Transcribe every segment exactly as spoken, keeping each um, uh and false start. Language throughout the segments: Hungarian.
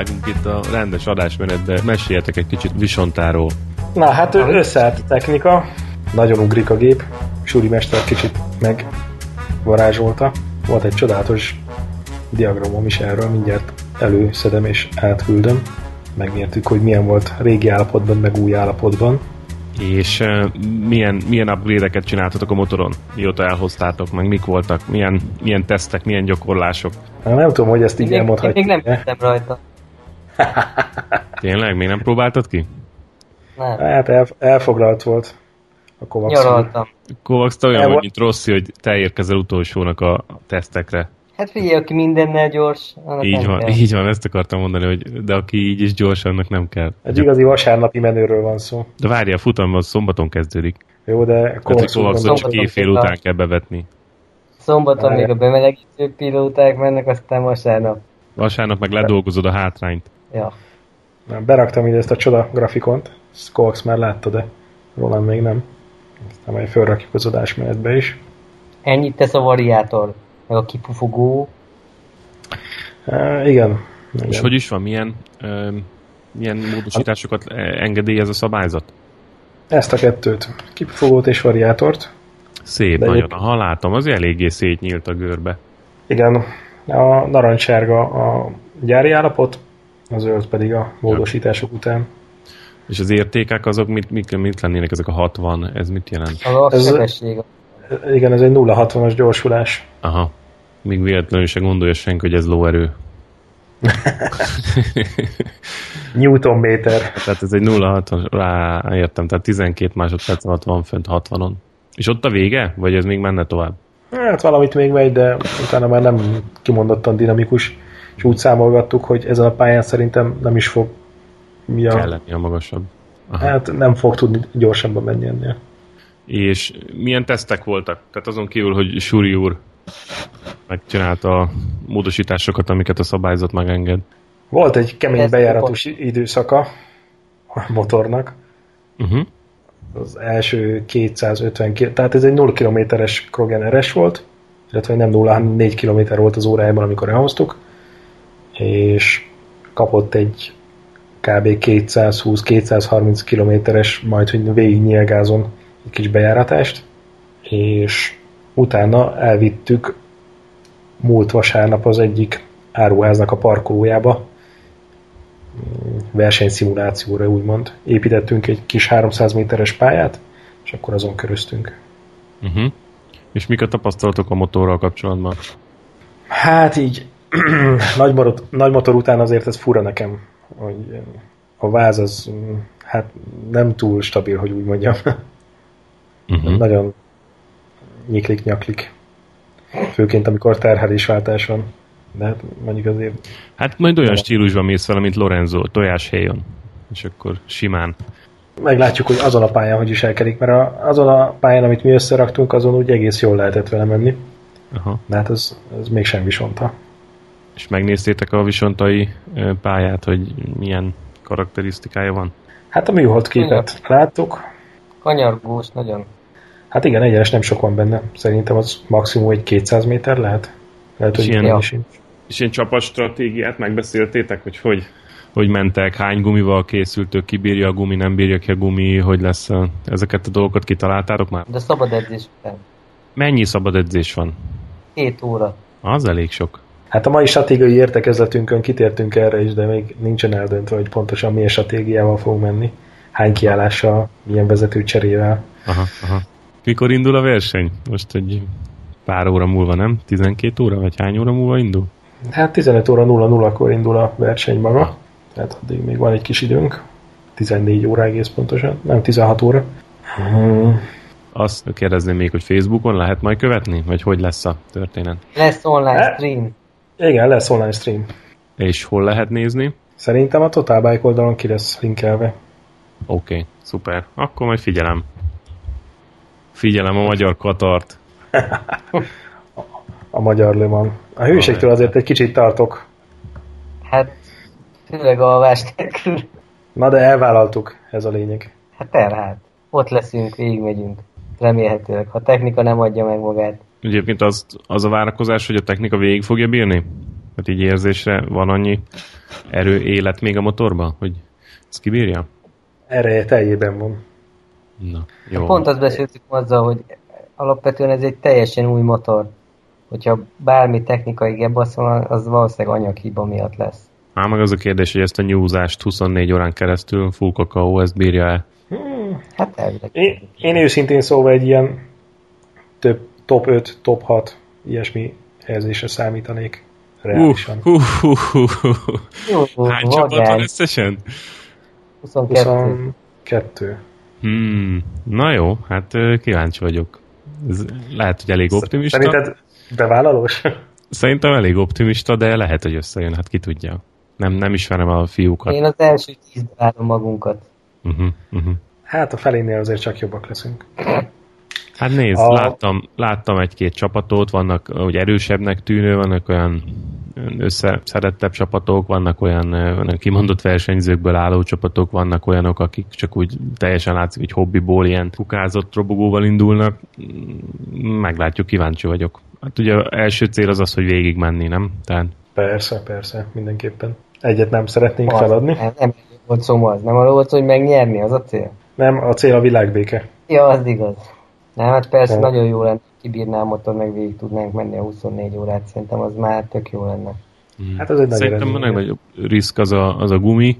belevágunk itt a rendes adásmenetbe. Meséljetek egy kicsit Visontáról. Na hát összeállt a technika, nagyon ugrik a gép, Suri mester kicsit megvarázsolta. Volt egy csodálatos diagramom is erről, mindjárt előszedem és átküldöm. Megmértük, hogy milyen volt régi állapotban, meg új állapotban. És uh, milyen, milyen upgrade-eket csináltatok a motoron, mióta elhoztátok, meg mik voltak, milyen, milyen tesztek, milyen gyakorlások? Na, nem tudom, hogy ezt így elmondhatjuk. Én még nem hittem rajta. Tényleg? Még nem próbáltad ki? Nem. Hát el, elfoglalt volt a Kovacs. Nyaraltam. Kovacs, te olyan El vagy, volt- mint Rossi, hogy te érkezel utolsónak a tesztekre. Hát figyelj, aki mindennel gyors, annak Így nem van, kell. így van, ezt akartam mondani, hogy de aki így is gyors, annak nem kell. Egy igazi vasárnapi menőről van szó. De várjál, futam az szombaton kezdődik. Jó, de Tehát, hogy Kovacs Kovacsot mondom, csak szombaton éjfél kell. után kell bevetni. Szombaton Várjál. még a bemelegítő pilóták mennek, aztán vasárnap. Vasárnap meg ledolgozod a hátrányt. Ja. nem, beraktam ide ezt a csoda grafikont. Ezt Kovacs már látta, de Roland még nem. Aztán majd felrakjuk az adásmenetbe is. Ennyit tesz a variátor, meg a kipufogó. Uh, igen. igen. És hogy is van, milyen, ö, milyen módosításokat engedélyez a szabályzat? Ezt a kettőt. Kipufogót és variátort. Szép, De nagyon. egyéb- Ha látom, az eléggé szétnyílt a görbe. Igen. A narancssárga a gyári állapot, a zöld pedig a módosítások után. És az értékek azok mit, mit, mit lennének ezek a hatvan? Ez mit jelent? Az a Ez- sebesség. Igen, ez egy nulla hatvanas gyorsulás. Aha. Még véletlenül se gondolja senki, hogy ez lóerő. Newtonméter. Tehát ez egy nulla hatvan, rá értem, tehát tizenkét másodperc alatt van fönt hatvanon. És ott a vége? Vagy ez még menne tovább? Hát valamit még megy, de utána már nem kimondottan dinamikus. És úgy számolgattuk, hogy ezen a pályán szerintem nem is fog mi Kell a, lenni a magasabb. Aha. hát nem fog tudni gyorsabban menni ennél. És milyen tesztek voltak? Tehát azon kívül, hogy Suri úr megcsinálta a módosításokat, amiket a szabályzat megenged. Volt egy kemény Ez bejáratos időszaka a motornak. Uh-huh. Az első kétszázötven, ki- tehát ez egy nulla kilométeres Krogen er es volt, illetve nem nulla, hanem négy kilométer volt az órájában, amikor elhoztuk, és kapott egy kb. kétszázhúsz-kétszázharminc kilométeres, majd hogy végig nyilgázon egy kis bejáratást, és utána elvittük múlt vasárnap az egyik áruháznak a parkolójába, versenyszimulációra úgymond. Építettünk egy kis háromszáz méteres pályát, és akkor azon köröztünk. Uh-huh. És mik a tapasztalatok a motorral kapcsolatban? Hát így nagy, motor, nagy motor után azért ez fura nekem, hogy a váz az hát nem túl stabil, hogy úgy mondjam. Uh-huh. Nagyon nyiklik-nyaklik. Főként, amikor terhelésváltás van. De hát mondjuk azért... Hát majd olyan stílusban mész vele, mint Lorenzo, tojáshelyon. És akkor simán. Meglátjuk, hogy azon a pályán hogy is elkerik, mert a, azon a pályán, amit mi összeraktunk, azon úgy egész jól lehetett vele menni. Aha. De hát ez, ez mégsem visonta. És megnéztétek a visontai ö, pályát, hogy milyen karakterisztikája van? Hát a műhold képet láttuk. Kanyargós, nagyon. Hát igen, egyenes nem sok van benne. Szerintem az maximum egy kétszáz méter lehet. Lehet, hogy És ilyen- ilyen is. És ilyen csapatstratégiát megbeszéltétek, hogy hogy, hogy mentek, hány gumival készültök, ki bírja a gumi, nem bírja ki a gumi, hogy lesz a, ezeket a dolgokat kitaláltátok már? De szabad edzés után. Mennyi szabad edzés van? Két óra. Az elég sok. Hát a mai stratégiai értekezletünkön kitértünk erre is, de még nincsen eldöntve, hogy pontosan milyen stratégiával fogunk menni. Hány kiállással, milyen vezetőcserével. Aha, aha. Mikor indul a verseny? Most egy pár óra múlva, nem? tizenkét óra, vagy hány óra múlva indul? Hát tizenöt óra nulla nulla-kor indul a verseny maga. Tehát addig még van egy kis időnk. tizennégy óra egész pontosan. Nem, tizenhat óra. Hmm. Azt kérdezném még, hogy Facebookon lehet majd követni? Vagy hogy lesz a történet? Lesz online Hát? stream. Igen, lesz online stream. És hol lehet nézni? Szerintem a Total Bike oldalon ki lesz linkelve. Oké, okay, szuper. Akkor majd figyelem. Figyelem a magyar Katart. A magyar Le Mans. A hőségtől azért egy kicsit tartok. Hát, főleg a alvás nélkül. Na de elvállaltuk, ez a lényeg. Hát terhát. Ott leszünk, végigmegyünk. Remélhetőleg, ha a technika nem adja meg magát. Egyébként az, az a várakozás, hogy a technika végig fogja bírni? Hát így érzésre van annyi erő, élet még a motorban, hogy ez kibírja? Ereje teljében van. Na, jó. Pont azt beszéltük azzal, hogy alapvetően ez egy teljesen új motor. Hogyha bármi technikai gebasz van, az valószínűleg anyaghiba miatt lesz. Ám meg az a kérdés, hogy ezt a nyúzást huszonnégy órán keresztül full kakaó, ezt bírja el? Hmm. Hát elvileg. Én, én őszintén szóval egy ilyen több, top öt, top hat ilyesmi helyezésre számítanék reálisan. Uh, uh, uh, uh, uh. Jó, Hány csapat van összesen? huszonkettő. huszonkettő. Hmm. Na jó, hát kíváncsi vagyok. Ez lehet, hogy elég optimista. Szerinted bevállalós? Szerintem elég optimista, de lehet, hogy összejön, hát ki tudja. Nem, nem ismerem a fiúkat. Én az első tízbe várom magunkat. Uh-huh, uh-huh. Hát a felénél azért csak jobbak leszünk. Hát nézd, a... láttam, láttam egy-két csapatot, vannak hogy erősebbnek tűnő, vannak olyan összeszedettebb csapatok, vannak olyan, olyan kimondott versenyzőkből álló csapatok, vannak olyanok, akik csak úgy teljesen látszik, hogy hobbiból ilyen kukázott robogóval indulnak. Meglátjuk, kíváncsi vagyok. Hát ugye az első cél az az, hogy végig menni, nem? Tehát... Persze, persze, mindenképpen. Egyet nem szeretnénk az, feladni. Nem, nem volt szó az, nem arról volt, hogy megnyerni, az a cél? Nem, a cél a világbéke. Ja, az igaz. Nem, hát persze, ja. Nagyon jó lenne, kibírná a motor, meg végig tudnánk menni a huszonnégy órát, szerintem az már tök jó lenne. Hmm. Hát az egy Szerintem a legnagyobb risk az a, az a gumi,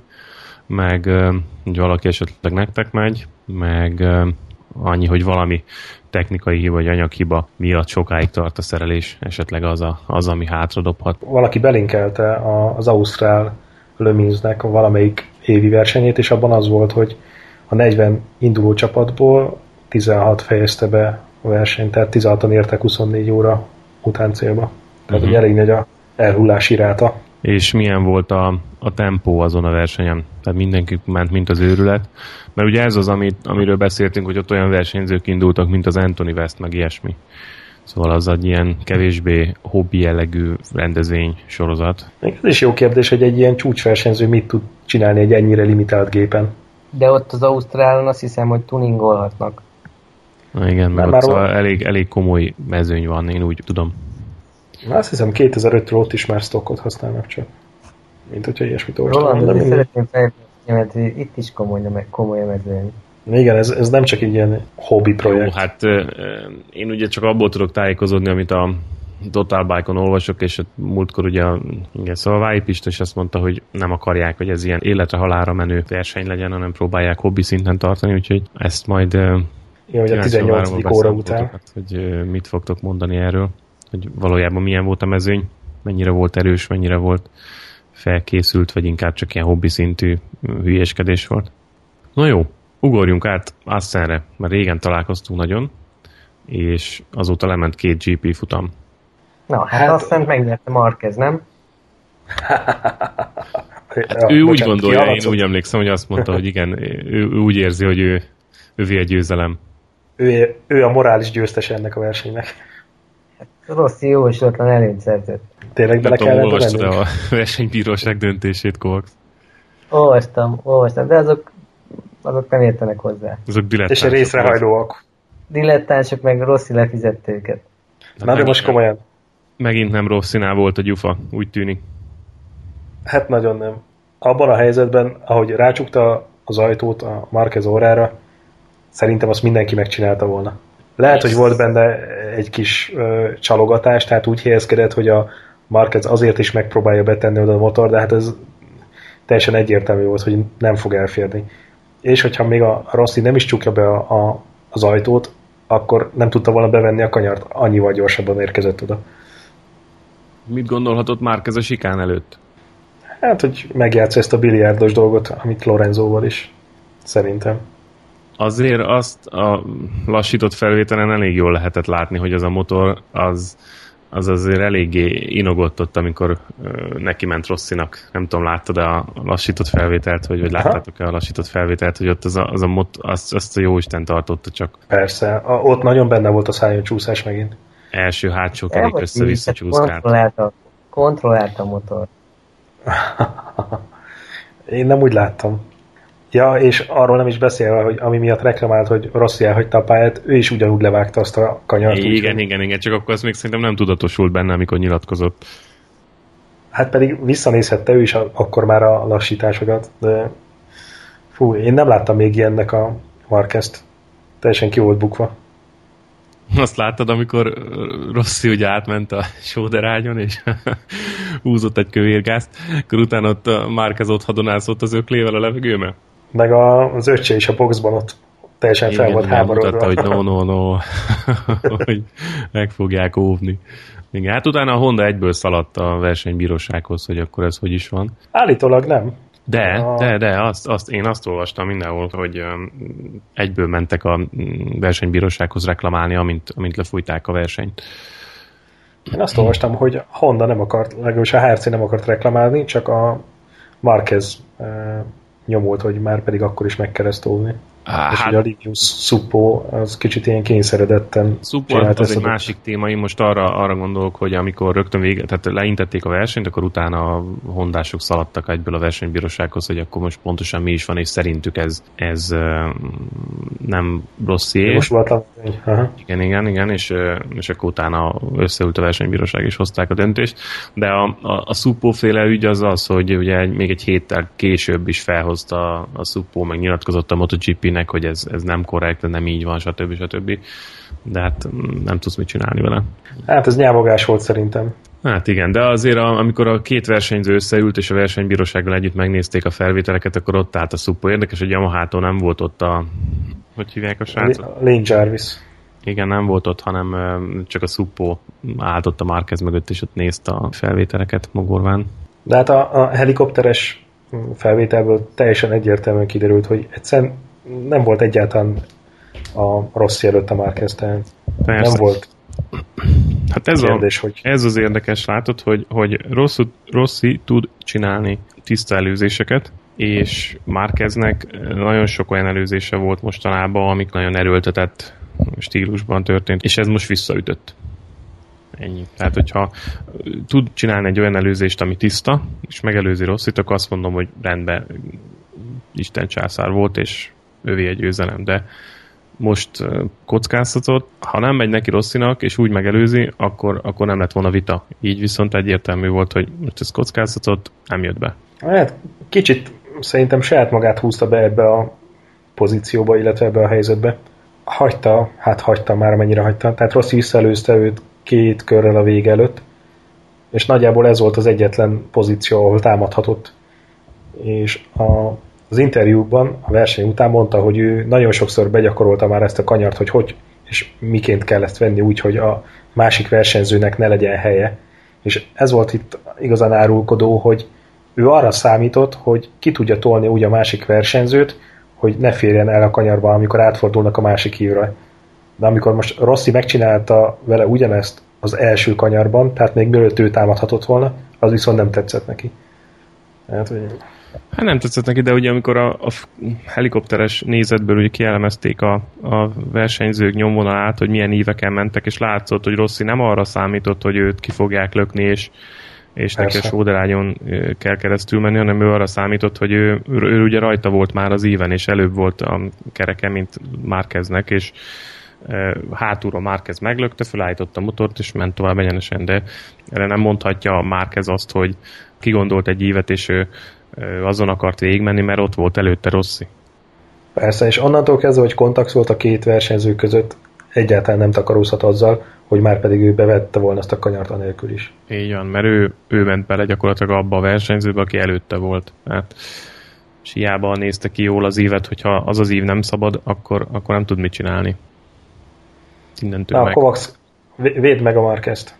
meg hogy valaki esetleg nektek megy, meg annyi, hogy valami technikai hiba vagy anyaghiba miatt sokáig tart a szerelés, esetleg az, a, az ami hátradobhat. Valaki belinkelte az Ausztrál Le Mansnek valamelyik évi versenyét, és abban az volt, hogy a negyven induló csapatból tizenhat fejezte be a versenyt, tehát tizenhatan értek huszonnégy óra után célba. Tehát uh-huh. elég nagy a elhullási ráta. És milyen volt a, a tempó azon a versenyen? Tehát mindenki ment, mint az őrület. Mert ugye ez az, amit, amiről beszéltünk, hogy ott olyan versenyzők indultak, mint az Anthony West, meg ilyesmi. Szóval az egy ilyen kevésbé hobbi jellegű rendezvény sorozat. Ez is jó kérdés, hogy egy ilyen csúcsversenyző mit tud csinálni egy ennyire limitált gépen. De ott az Ausztrálon azt hiszem, hogy tuningolhatnak. Na igen, mert ott szóval elég, elég komoly mezőny van, én úgy tudom. Na, azt hiszem kétezer-ötről ott is már stockot használnak csak. Mint hogyha ilyesmit olvastam. Roland, én szeretném felfogni, hogy itt is komoly, meg komoly a mezőny. Igen, ez, ez nem csak egy ilyen hobby projekt. Jó, hát én ugye csak abból tudok tájékozódni, amit a Total Bike-on olvasok, és múltkor ugye, igen, szóval Váj Pista is azt mondta, hogy nem akarják, hogy ez ilyen életre halálra menő verseny legyen, hanem próbálják hobbi szinten tartani, úgyhogy ezt majd igen, hogy a tizennyolcadik óra után. Hogy mit fogtok mondani erről, hogy valójában milyen volt a mezőny, mennyire volt erős, mennyire volt felkészült, vagy inkább csak ilyen hobbi szintű hülyéskedés volt. Na jó, ugorjunk át Assenre, mert régen találkoztunk nagyon, és azóta lement két gé pé futam. Na, hát, hát azt hiszem megnyerte Marquez, nem? Hát ő úgy gondolja, én úgy emlékszem, hogy azt mondta, hogy igen, ő, ő úgy érzi, hogy ő, ővé a győzelem. Ő, ő a morális győztes ennek a versenynek. Hát Rossi jóslatlan előnyt szerzett. Tényleg bele kellett venni? Olvastad a versenybíróság döntését, Kovacs? Olvastam, olvastam, de azok, azok nem értenek hozzá. Azok dilettánsok. És részrehajlóak. Dilettánsok, meg Rossi lefizette őket. Na, Na de most komolyan. Megint nem Rossinál volt a gyufa, úgy tűnik. Hát nagyon nem. Abban a helyzetben, ahogy rácsukta az ajtót a Marquez órára, szerintem azt mindenki megcsinálta volna. Lehet, hogy volt benne egy kis ö, csalogatás, tehát úgy helyezkedett, hogy a Marquez azért is megpróbálja betenni oda a motor, de hát ez teljesen egyértelmű volt, hogy nem fog elférni. És hogyha még a Rossi nem is csukja be a, a, az ajtót, akkor nem tudta volna bevenni a kanyart, annyival gyorsabban érkezett oda. Mit gondolhatott Marquez a sikán előtt? Hát, hogy megjátsza ezt a biliárdos dolgot, amit Lorenzóval is, szerintem. Azért azt a lassított felvételen elég jól lehetett látni, hogy az a motor az, az azért eléggé inogott ott, amikor ö, neki ment Rossinak. Nem tudom, láttad a lassított felvételt, vagy, vagy láttátok-e a lassított felvételt, hogy ott az a, az a mot, azt, azt a jóisten tartotta csak. Persze, a, ott nagyon benne volt a szájon csúszás megint. Első hátsó kerék össze-vissza csúszkált. Kontrollálta, kontrollálta a motor. Én nem úgy láttam. Ja, és arról nem is beszélve, hogy ami miatt reklamált, hogy Rossi elhagyta a pályát, ő is ugyanúgy levágta azt a kanyart. Igen, úgy, igen, igen, csak akkor az még szerintem nem tudatosult benne, amikor nyilatkozott. Hát pedig visszanézhette ő is akkor már a lassításokat, de fú, én nem láttam még ilyennek a Marquezt. Teljesen ki volt bukva. Azt láttad, amikor Rossi ugye átment a sóderányon, és húzott egy kövérgázt, akkor utána ott a Márquez ott hadonászott az öklével a levegőbe? Meg a, az öccse is a boxban ott teljesen igen, fel volt háborodva. Mutatta, hogy no, no, no, hogy meg fogják óvni. Igen, hát utána a Honda egyből szaladt a versenybírósághoz, hogy akkor ez hogy is van. Állítólag nem. De, a... de, de, azt, azt, én azt olvastam mindenhol, hogy egyből mentek a versenybírósághoz reklamálni, amint, amint lefújták a versenyt. Én azt olvastam, hogy a Honda nem akart, legalábbis a há er cé nem akart reklamálni, csak a Márquez e, nyomult, hogy már pedig akkor is meg kell ezt óvni. Á, és hát, ugye a Livius Suppo az kicsit ilyen kényszeredetten Suppo az, az egy másik téma, én most arra, arra gondolok, hogy amikor rögtön vége, tehát leintették a versenyt, akkor utána a hondások szaladtak egyből a versenybírósághoz, hogy akkor most pontosan mi is van, és szerintük ez, ez nem Rossi. Most voltam. Igen, igen, igen, és, és akkor utána összeült a versenybíróság, és hozták a döntést. De a, a, a Suppo féle ügy az az, hogy ugye még egy héttel később is felhozta a Suppo, meg nyilatkozott a MotoGP-nek, hogy ez, ez nem korrekt, nem így van, stb. stb. De hát nem tudsz mit csinálni vele. Hát ez nyávogás volt szerintem. Hát igen, de azért a, amikor a két versenyző összeült, és a versenybírósággal együtt megnézték a felvételeket, akkor ott állt a Suppo. Érdekes, hogy Yamahától nem volt ott a... Hogy hívják a srácot? Lane Jarvis. Igen, nem volt ott, hanem csak a Suppo állt ott a Márquez mögött, és ott nézte a felvételeket mogorván. De hát a, a helikopteres felvételből teljesen egyértelműen kiderült, hogy egyszerűen nem volt egyáltalán a Rossi előtt a Márquez, tehát nem volt hát ez, kérdés, a, hogy... ez az érdekes, látod, hogy, hogy Rossi, Rossi tud csinálni tiszta előzéseket, és Márqueznek nagyon sok olyan előzése volt mostanában, amik nagyon erőltetett stílusban történt, és ez most visszaütött. Ennyi. Tehát, hogyha tud csinálni egy olyan előzést, ami tiszta, és megelőzi Rossit, akkor azt mondom, hogy rendben Isten császár volt, és ővé egy győzelem, de most kockáztatott, ha nem megy neki Rossinak, és úgy megelőzi, akkor, akkor nem lett volna vita. Így viszont egyértelmű volt, hogy most ez kockáztatott, nem jött be. Hát kicsit szerintem saját magát húzta be ebbe a pozícióba, illetve ebbe a helyzetbe. Hagyta, hát hagyta már, mennyire hagyta. Tehát Rossi visszaelőzte őt két körrel a vége előtt, és nagyjából ez volt az egyetlen pozíció, ahol támadhatott. És a, az interjúban a verseny után mondta, hogy ő nagyon sokszor begyakorolta már ezt a kanyart, hogy hogy és miként kell ezt venni úgy, hogy a másik versenyzőnek ne legyen helye. És ez volt itt igazán árulkodó, hogy ő arra számított, hogy ki tudja tolni úgy a másik versenyzőt, hogy ne férjen el a kanyarba, amikor átfordulnak a másik hívra. De amikor most Rossi megcsinálta vele ugyanezt az első kanyarban, tehát még mielőtt ő támadhatott volna, az viszont nem tetszett neki. Hát, hogy... hát nem tetszett neki, de ugye amikor a, a helikopteres nézetből ugye kielemezték a, a versenyzők nyomvonalát, hogy milyen íveken mentek, és látszott, hogy Rossi nem arra számított, hogy őt ki fogják lökni, és, és neki a sóderányon kell keresztül menni, hanem ő arra számított, hogy ő, ő ugye rajta volt már az íven, és előbb volt a kereke, mint Márqueznek, és hátulról Márquez meglökte, felállította a motort, és ment tovább egyenesen, de erre nem mondhatja Márquez azt, hogy kigondolt egy ívet, és ő azon akart végigmenni, mert ott volt előtte Rossi. Persze, és onnantól kezdve, hogy kontakt volt a két versenyző között, egyáltalán nem takarózhat azzal, hogy már pedig ő bevette volna azt a kanyart anélkül is. Így van, mert ő, ő ment bele gyakorlatilag abba a versenyzőbe, aki előtte volt. Hát, és hiába nézte ki jól az ívet, hogyha az az ív nem szabad, akkor, akkor nem tud mit csinálni. Innentől Na, meg. Kovacs, védd meg a Márquezt.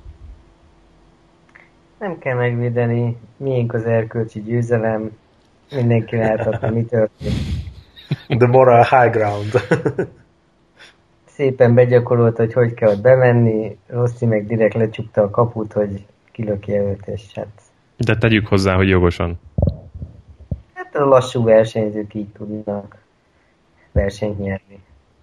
Nem kell megvédeni, miénk az erkölcsi győzelem, mindenki láthatna, mi történt. The moral high ground. Szépen begyakorolt, hogy hogy kell ott bemenni, Rossi meg direkt lecsukta a kaput, hogy kilökje őt, és hát... De tegyük hozzá, hogy jogosan. Hát a lassú versenyzők így tudnak versenyt nyerni.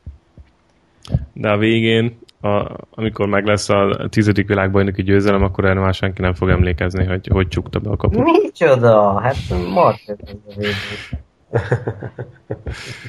De a végén, a, amikor meg lesz a tizedik világbajnoki győzelem, akkor erre már senki nem fog emlékezni, hogy hogy csukta be a kaput. Micsoda? Hát Márquez ez a végén.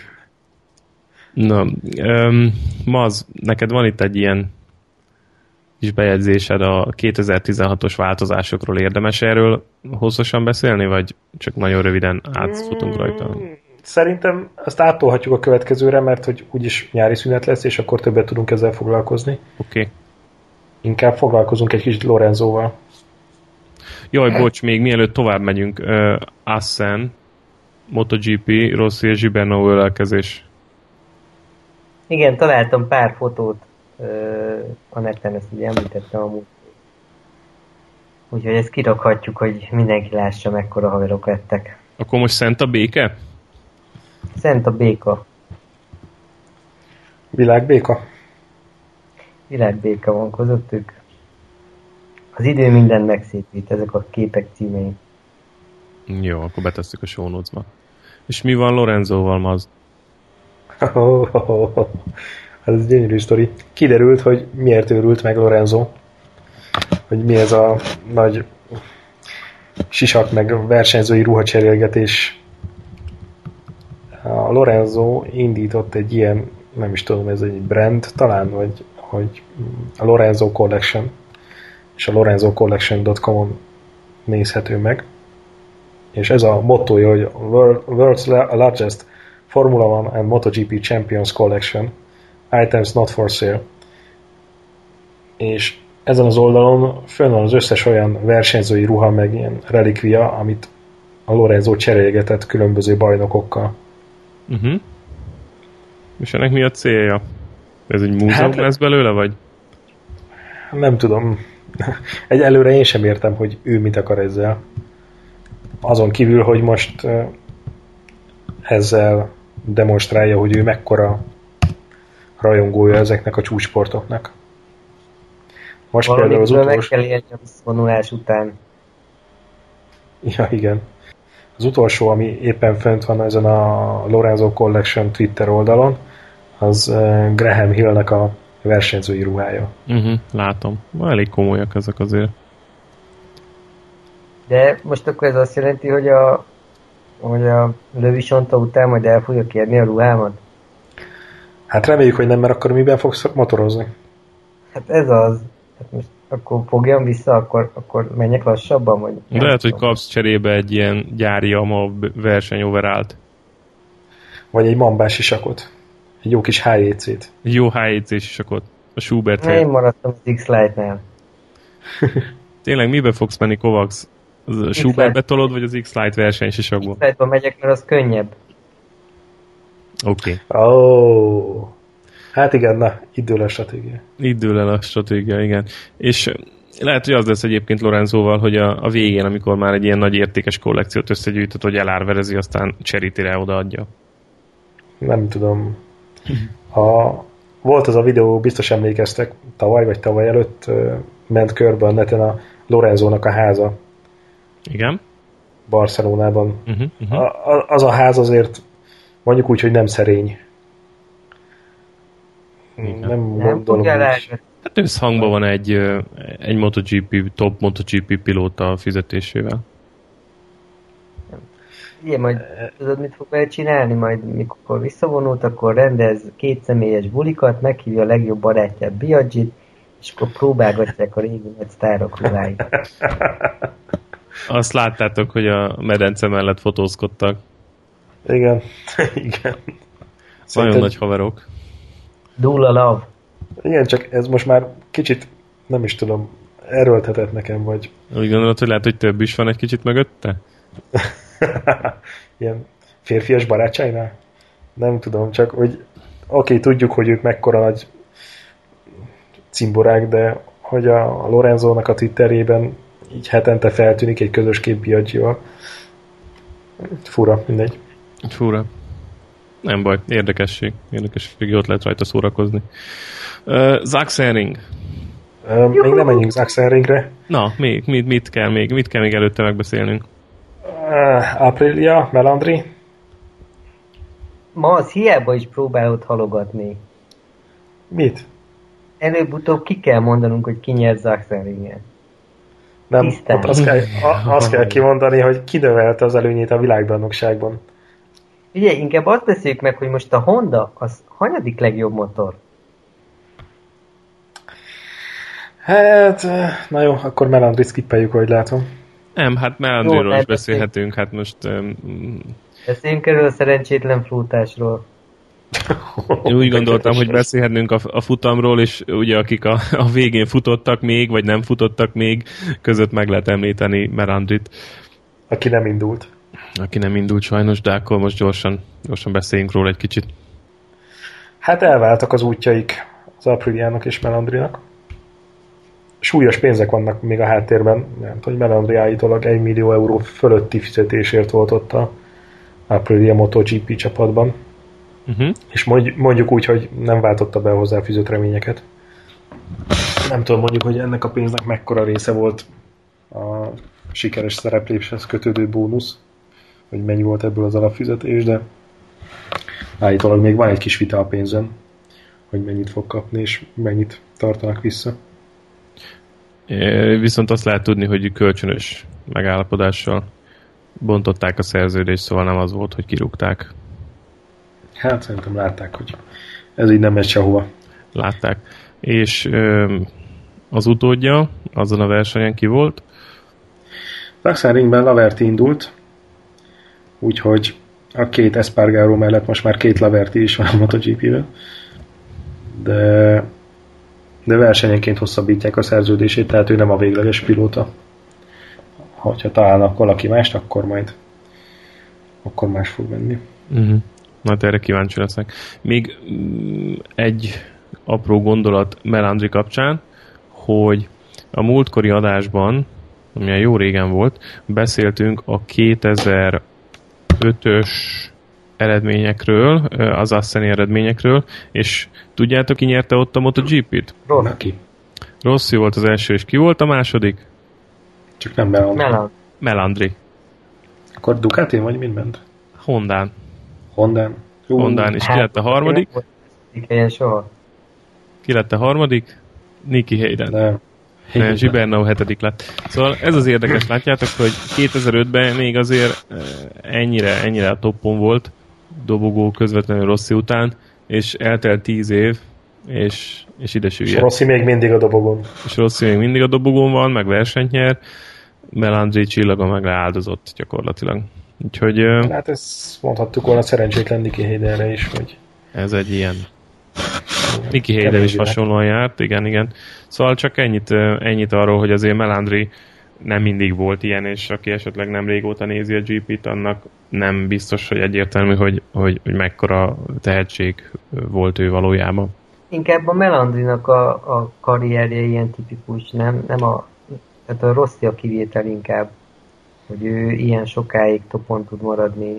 Na, um, Maz, neked van itt egy ilyen kis bejegyzésed a kétezer-tizenhatos változásokról. Érdemes erről hosszasan beszélni, vagy csak nagyon röviden átfutunk rajta? Szerintem azt áttolhatjuk a következőre, mert hogy úgyis nyári szünet lesz, és akkor többet tudunk ezzel foglalkozni. Oké. Okay. Inkább foglalkozunk egy kicsit Lorenzóval. Jaj, bocs, még mielőtt tovább megyünk. Uh, Assen, MotoGP, Rossi és Gibernau ölelkezés. Igen, találtam pár fotót uh, a neten, ezt ugye említettem amúgy. Úgyhogy ezt kirakhatjuk, hogy mindenki lássa, mekkora haverok lettek. Akkor most szent a béke? Szent a béka. Világbéka? Világbéka van közöttük. Az idő mindent megszépít, ezek a képek címei. Jó, akkor betesszük a show notes-ba. És mi van Lorenzóval, Maz? Oh, oh, oh, oh. Ez egy gyönyörű sztori. Kiderült, hogy miért őrült meg Lorenzo. Hogy mi ez a nagy sisak meg versenyzői ruhacserélgetés. A Lorenzo indított egy ilyen, nem is tudom, ez egy brand talán, vagy hogy a Lorenzo Collection, és a lorenzo collection dot com-on nézhető meg. És ez a mottoja, hogy World's largest Formula One and MotoGP Champions Collection, items not for sale. És ezen az oldalon fönn van az összes olyan versenyzői ruha, meg ilyen relikvia, amit a Lorenzo cserélgetett különböző bajnokokkal. Uh-huh. És ennek mi a célja? Ez egy múzeum hát, lesz belőle, vagy? Nem tudom. Egyelőre én sem értem, hogy ő mit akar ezzel. Azon kívül, hogy most ezzel demonstrálja, hogy ő mekkora rajongója ezeknek a csúcsportoknak. Most valami például az utolsó... meg kell élni a visszavonulás után. Ja, igen. Az utolsó, ami éppen fönt van ezen a Lorenzo Collection Twitter oldalon, az Graham Hillnek a versenyzői ruhája. Uh-huh, látom. Elég komolyak ezek azért. De most akkor ez azt jelenti, hogy a, hogy a lövisonta után majd el fogja kérni a ruhámat? Hát reméljük, hogy nem, mert akkor miben fogsz motorozni? Hát ez az. Hát most akkor fogjam vissza, akkor, akkor menjek lassabban? Vagy de lehet, hogy kapsz cserébe egy ilyen gyári Yamaha versenyoverált. Vagy egy mambás sisakot. Egy jó kis há jé cét. Egy jó há jé cé sisakot. A Schubert én maradtam az X-Lite-nál. Tényleg mibe fogsz menni, Kovacs? A Schubertbe tolod, vagy az X-Lite versenysisakból? X-Lite-ba megyek, mert az könnyebb. Oké. Okay. Oh. Hát igen, na, itt dől a stratégia. Itt dől el a stratégia, igen. És lehet, hogy az lesz egyébként Lorenzóval, hogy a, a végén, amikor már egy ilyen nagy értékes kollekciót összegyűjtött, hogy elárverezi, aztán cserítire odaadja. Nem tudom. A, volt az a videó, biztos emlékeztek, tavaly vagy tavaly előtt ment körbe a neten a Lorenzónak a háza. Igen. Barcelonában. Uh-huh, uh-huh. A, a, az a ház azért mondjuk úgy, hogy nem szerény. Igen. Nem gondolom, hogy... Hát összhangban van egy, egy MotoGP, top MotoGP pilóta fizetésével. Igen, majd tudod, mit fog vele csinálni? Majd mikor visszavonult, akkor rendez két személyes bulikat, meghívja a legjobb barátját, Biagit, és akkor próbálgatják a régi nagy sztárok ruháit. Azt láttátok, hogy a medence mellett fotózkodtak. Igen. Igen. Nagyon nagy haverok. Dula love. Igen, csak ez most már kicsit, nem is tudom, erőltetett nekem, vagy... Úgy gondolod, hogy lehet, hogy több is van egy kicsit mögötte? Ilyen férfias barátságnál? Nem tudom, csak hogy oké, okay, tudjuk, hogy ők mekkora nagy cimborák, de hogy a Lorenzónak a Twitterjében így hetente feltűnik egy közös kép Biaggival. Fura, mindegy. Fura. Nem baj, érdekesség. Érdekesség, ott lehet rajta szórakozni. Uh, Sachsenring. Uh, még nem menjünk Sachsenringre. Na, még, mit, mit, kell még, mit kell még előtte megbeszélnünk? Uh, Aprilia, Melandri. Ma az hiába is próbálod halogatni. Mit? Előbb-utóbb ki kell mondanunk, hogy ki nyert Sachsenringen. Nem, ott azt kell, azt kell kimondani, hogy kinövelte az előnyét a világbajnokságban. Ugye, inkább azt beszéljük meg, hogy most a Honda az hanyadik legjobb motor? Hát, na jó, akkor Melandri skippeljük, ahogy látom. Nem, hát Melandriról is beszélhetünk, hát most... Um, Beszéljünk erről a szerencsétlen futásról. Én úgy gondoltam, hogy beszélhetünk a, a futamról, és ugye akik a, a végén futottak még, vagy nem futottak még, között meg lehet említeni Melandrit. Aki nem indult. Aki nem indult sajnos, de akkor most gyorsan, gyorsan beszéljünk róla egy kicsit. Hát elváltak az útjaik az Apriliának és Melandrinak. Súlyos pénzek vannak még a háttérben, mert hogy Melandri állítólag egy millió euró fölötti fizetésért volt ott a Aprilia MotoGP csapatban. Uh-huh. És mondjuk úgy, hogy nem váltotta be hozzá fűzött reményeket. Nem tudom mondjuk, hogy ennek a pénznek mekkora része volt a sikeres szerepléshez kötődő bónusz, hogy mennyi volt ebből az alapfizetés, de állítólag még van egy kis vita a pénzen, hogy mennyit fog kapni, és mennyit tartanak vissza. É, viszont azt lehet tudni, hogy kölcsönös megállapodással bontották a szerződést, szóval nem az volt, hogy kirúgták. Hát szerintem látták, hogy ez így nem megy sehova. Látták. És ö, az utódja azon a versenyen ki volt? Sachsenringben Laverty indult, úgyhogy a két Espargaro mellett most már két Laverty is van a MotoGP-ben. De, de versenyenként hosszabbítják a szerződését, tehát ő nem a végleges pilóta. Ha találnak valaki mást, akkor majd akkor más fog menni. Uh-huh. Na, erre kíváncsi leszek. Még egy apró gondolat Melandri kapcsán, hogy a múltkori adásban, amilyen jó régen volt, beszéltünk a kétezer-ötös eredményekről, az Asseni eredményekről, és tudjátok, ki nyerte ott a MotoGP-t? Ronaki. Rossi volt az első, és ki volt a második? Csak nem Melandri. Melandri. Melandri. Akkor Ducatin vagy mind ment? Hondán. Hondán. Uh, Hondán, és ki lett a harmadik? Igen, soha. Ki lett a harmadik? Nicky Hayden. Nem. Ne, Gibernau hetedik lett. Szóval ez az érdekes, látjátok, hogy kétezer-ötben még azért ennyire, ennyire a toppon volt, dobogó közvetlenül Rossi után, és eltelt tíz év, és, és ide süllyedt. És Rossi még mindig a dobogón. És Rossi még mindig a dobogón van, meg versenyt nyer, Melandri csillaga meg leáldozott gyakorlatilag. Úgyhogy... Hát ezt mondhattuk volna szerencsétlen Nicky Haydenre is, hogy... Ez egy ilyen... Nicky Hayden is hasonlóan járt, igen, igen. Szóval csak ennyit, ennyit arról, hogy azért Melandri nem mindig volt ilyen, és aki esetleg nem régóta nézi a gé pét, annak nem biztos, hogy egyértelmű, hogy, hogy, hogy mekkora tehetség volt ő valójában. Inkább a Melandrinak a, a karrierje ilyen tipikus, nem, nem a, tehát a Rossi a kivétel inkább, hogy ő ilyen sokáig topon tud maradni.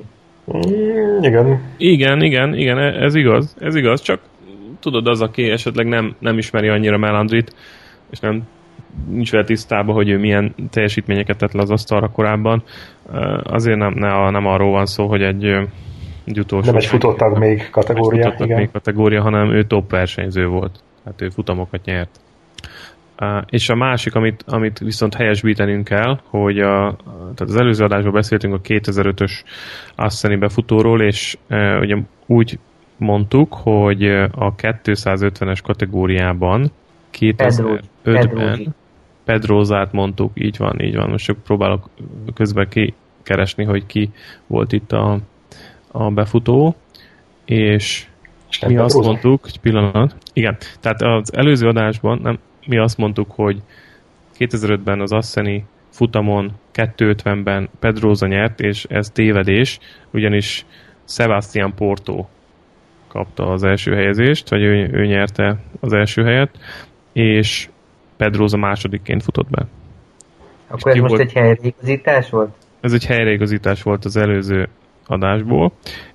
Mm, igen. Igen, igen, igen, ez igaz, ez igaz, csak tudod, az, aki esetleg nem, nem ismeri annyira Melandrit, és nem nincs vele tisztában, hogy ő milyen teljesítményeket tett le az asztalra korábban, azért nem, ne, nem arról van szó, hogy egy, egy utolsó... Nem egy futottag még kategória. Nem egy futottag még kategória, hanem ő top versenyző volt. Tehát ő futamokat nyert. Uh, és a másik, amit, amit viszont helyesbítenünk kell, hogy a, tehát az előző adásban beszéltünk a kétezer-ötös Asseni befutóról, és uh, ugye úgy mondtuk, hogy a kétszázötvenes kategóriában kétezer-ötben Pedrózát mondtuk, így van, így van, most csak próbálok közben kikeresni, hogy ki volt itt a, a befutó, és mi Pedróza? Azt mondtuk, egy pillanat, igen, tehát az előző adásban nem, mi azt mondtuk, hogy kétezer-ötben az Asseni futamon kétszázötvenben Pedróza nyert, és ez tévedés, ugyanis Sebastian Porto kapta az első helyezést, vagy ő, ő nyerte az első helyet, és Pedróza másodikként futott be. Akkor ez most volt? Egy helyreigazítás volt? Ez egy helyreigazítás volt az előző adásból,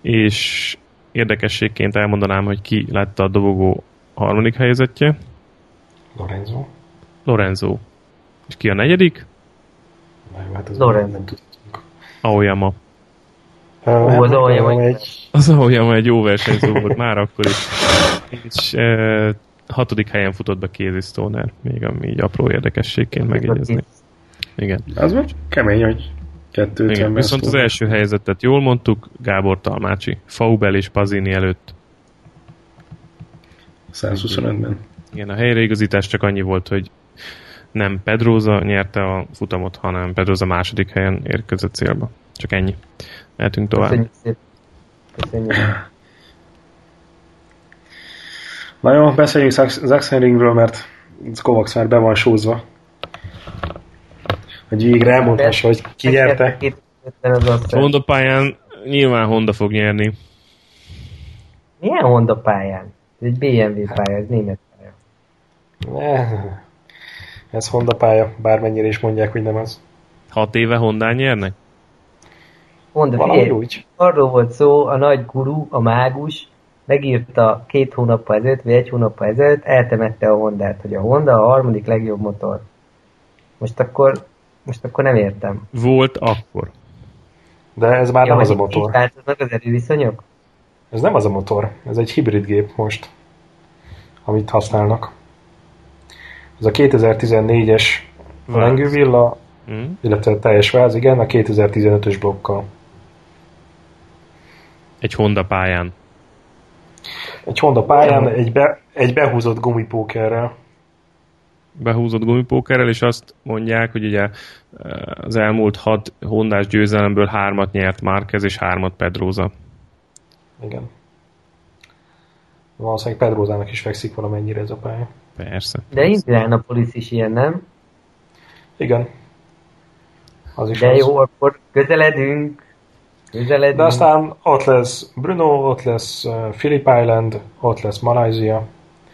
és érdekességként elmondanám, hogy ki lett a dobogó harmadik helyezettje. Lorenzo. Lorenzo. És ki a negyedik? Na jó, hát ez Lorenzo. Nem tudtunk. Aoyama. Uh, az Aoyama egy... Az Aoyama egy jó versenyző volt már akkor is. És eh, hatodik helyen futott be Casey Stoner, még ami így apró érdekességként megjegyezni. Igen. Az most kemény, hogy kettőt. Viszont az első helyzetet jól mondtuk, Gábor Talmácsi. Faubel és Pazini előtt. százhuszonötben. Igen, a helyreigazítás csak annyi volt, hogy nem Pedrosa nyerte a futamot, hanem Pedrosa második helyen érkezett célba. Csak ennyi. Mehetünk tovább. Köszönjük szépen. Köszönjük. Na jó, beszéljünk Sachsenringről, mert Kovacs már be van sózva. Hogy végre elmondhassa, hogy ki nyerte. Honda pályán nyilván Honda fog nyerni. Milyen Honda pályán? Ez egy bé em vé pálya, ez német pálya. Ez Honda pálya, bármennyire is mondják, hogy nem az. Hat éve Hondán nyernek? Honda, valahogy úgy. Arról volt szó, a nagy guru, a mágus, megírta két hónappal ezelőtt, vagy egy hónappal ezelőtt, eltemette a Hondát, hogy a Honda a harmadik legjobb motor. Most akkor, most akkor nem értem. Volt akkor. De ez már ja, nem az a motor. Változnak az erőviszonyok? Ez nem az a motor, ez egy hibrid gép most, amit használnak. Ez a kétezer-tizennégyes lengővilla, mm. illetve a teljes váz, igen, a kétezer-tizenötös blokkal. Egy Honda pályán. Egy Honda pályán, egy, be, egy behúzott gumipókerrel. Behúzott gumipókerrel, és azt mondják, hogy ugye az elmúlt hat Hondás győzelemből hármat nyert Márquez, és hármat Pedrosa. Igen. Valószínűleg Pedrosának is fekszik valamennyire ez a pálya. Persze. De Indianapolis is ilyen, nem? Igen. Az is De az. jó, akkor közeledünk. közeledünk. De aztán ott lesz Brno, ott lesz Phillip Island, ott lesz Malajzia.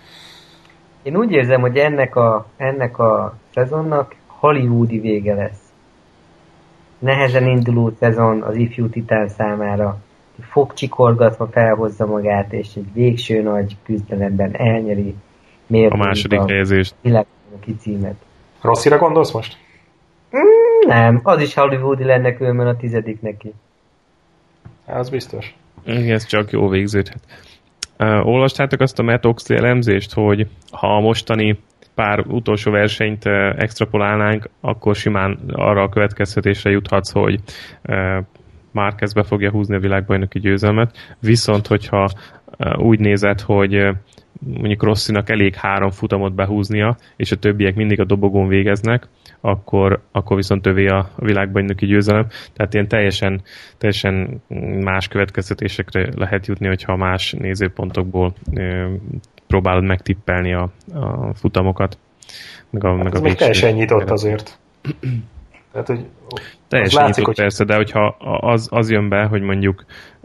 Én úgy érzem, hogy ennek a, ennek a szezonnak hollywoodi vége lesz. Nehezen induló szezon az ifjú titán számára. Fogcsikorgatva felhozza magát, és egy végső nagy küzdelemben elnyeri a második a helyezést. Világbajnoki címet. Rosszira gondolsz most? Mm, nem, az is hollywoodi lenne különben a tizedik neki. Az biztos. Ez csak jó végződhet. Uh, olvastátok azt a Matt Oxley elemzést, hogy ha a mostani pár utolsó versenyt uh, extrapolálnánk, akkor simán arra a következtetésre juthatsz, hogy uh, Márquez be fogja húzni a világbajnoki győzelmet, viszont hogyha uh, úgy nézed, hogy uh, mondjuk Rossinak elég három futamot behúznia, és a többiek mindig a dobogón végeznek, akkor, akkor viszont övé a világbajnoki győzelem. Tehát ilyen teljesen, teljesen más következtetésekre lehet jutni, hogyha más nézőpontokból ö, próbálod megtippelni a, a futamokat. Meg a, meg ez a még teljesen nyitott azért. Tehát, hogy teljesen nyitott hogy... persze, de hogyha az, az jön be, hogy mondjuk